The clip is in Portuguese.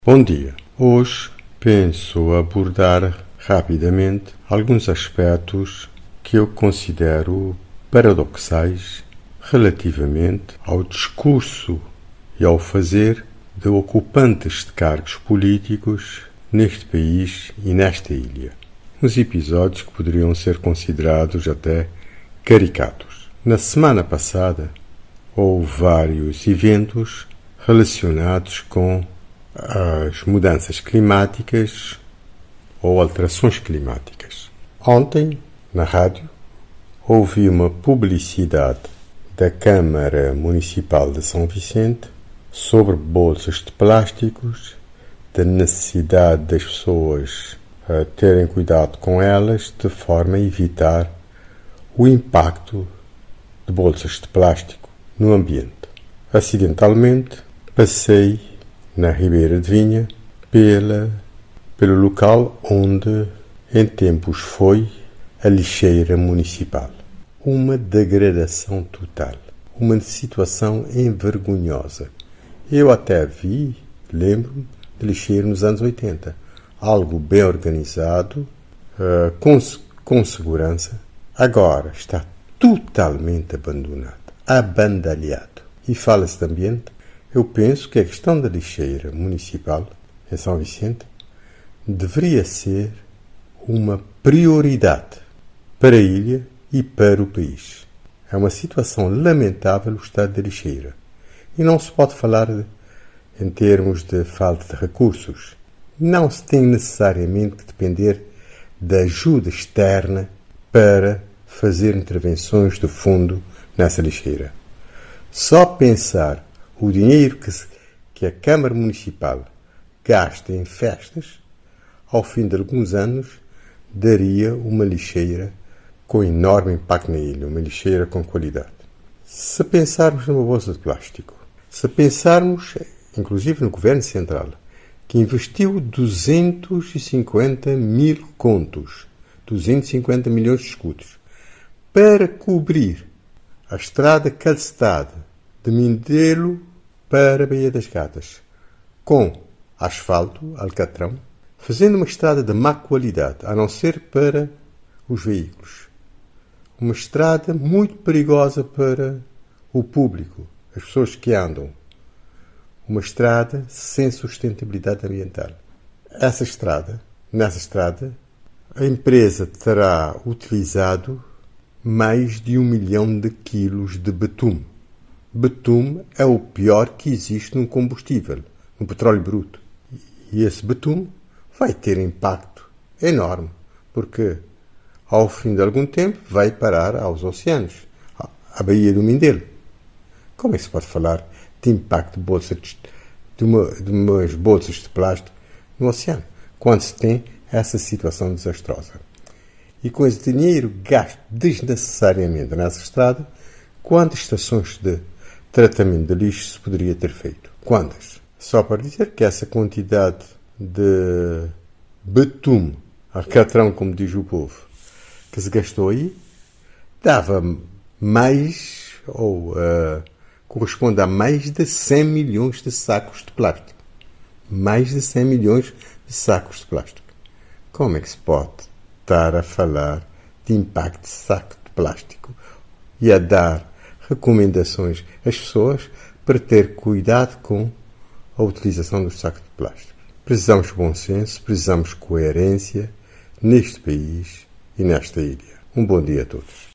Bom dia. Hoje penso abordar rapidamente alguns aspectos que eu considero paradoxais relativamente ao discurso e ao fazer de ocupantes de cargos políticos neste país e nesta ilha. Uns episódios que poderiam ser considerados até caricatos. Na semana passada, houve vários eventos relacionados com as mudanças climáticas ou alterações climáticas. Ontem, na rádio, ouvi uma publicidade da Câmara Municipal de São Vicente sobre bolsas de plásticos, da necessidade das pessoas terem cuidado com elas de forma a evitar o impacto de bolsas de plástico no ambiente. Acidentalmente, passei na Ribeira de Vinha, pelo local onde em tempos foi a lixeira municipal. Uma degradação total, uma situação envergonhosa. Eu até lembro-me de lixeira nos anos 80. Algo bem organizado, com segurança. Agora está totalmente abandonado, abandalhado. E fala-se de ambiente. Eu penso que a questão da lixeira municipal em São Vicente deveria ser uma prioridade para a ilha e para o país. É uma situação lamentável o estado da lixeira. E não se pode falar em termos de falta de recursos. Não se tem necessariamente que depender da ajuda externa para fazer intervenções de fundo nessa lixeira. Só pensar o dinheiro que a Câmara Municipal gasta em festas, ao fim de alguns anos, daria uma lixeira com enorme impacto na ilha, uma lixeira com qualidade. Se pensarmos numa bolsa de plástico, se pensarmos, inclusive no Governo Central, que investiu 250 mil contos, 250 milhões de escudos, para cobrir a estrada calcetada de Mindelo para a Baía das Gatas, com asfalto, alcatrão, fazendo uma estrada de má qualidade, a não ser para os veículos. Uma estrada muito perigosa para o público, as pessoas que andam. Uma estrada sem sustentabilidade ambiental. Nessa estrada, a empresa terá utilizado mais de 1 milhão de quilos de betume. Betume é o pior que existe num combustível, no petróleo bruto. E esse betume vai ter impacto enorme, porque ao fim de algum tempo vai parar aos oceanos, à Baía do Mindelo. Como é que se pode falar de impacto de umas bolsas de plástico no oceano, quando se tem essa situação desastrosa? E com esse dinheiro gasto desnecessariamente nessa estrada, quantas estações de tratamento de lixo se poderia ter feito? Quantas? Só para dizer que essa quantidade de betume, alcatrão, como diz o povo, que se gastou aí, dava mais, corresponde a mais de 100 milhões de sacos de plástico. Mais de 100 milhões de sacos de plástico. Como é que se pode estar a falar de impacto de saco de plástico e a dar recomendações às pessoas para ter cuidado com a utilização dos sacos de plástico? Precisamos de bom senso, precisamos de coerência neste país e nesta ilha. Um bom dia a todos.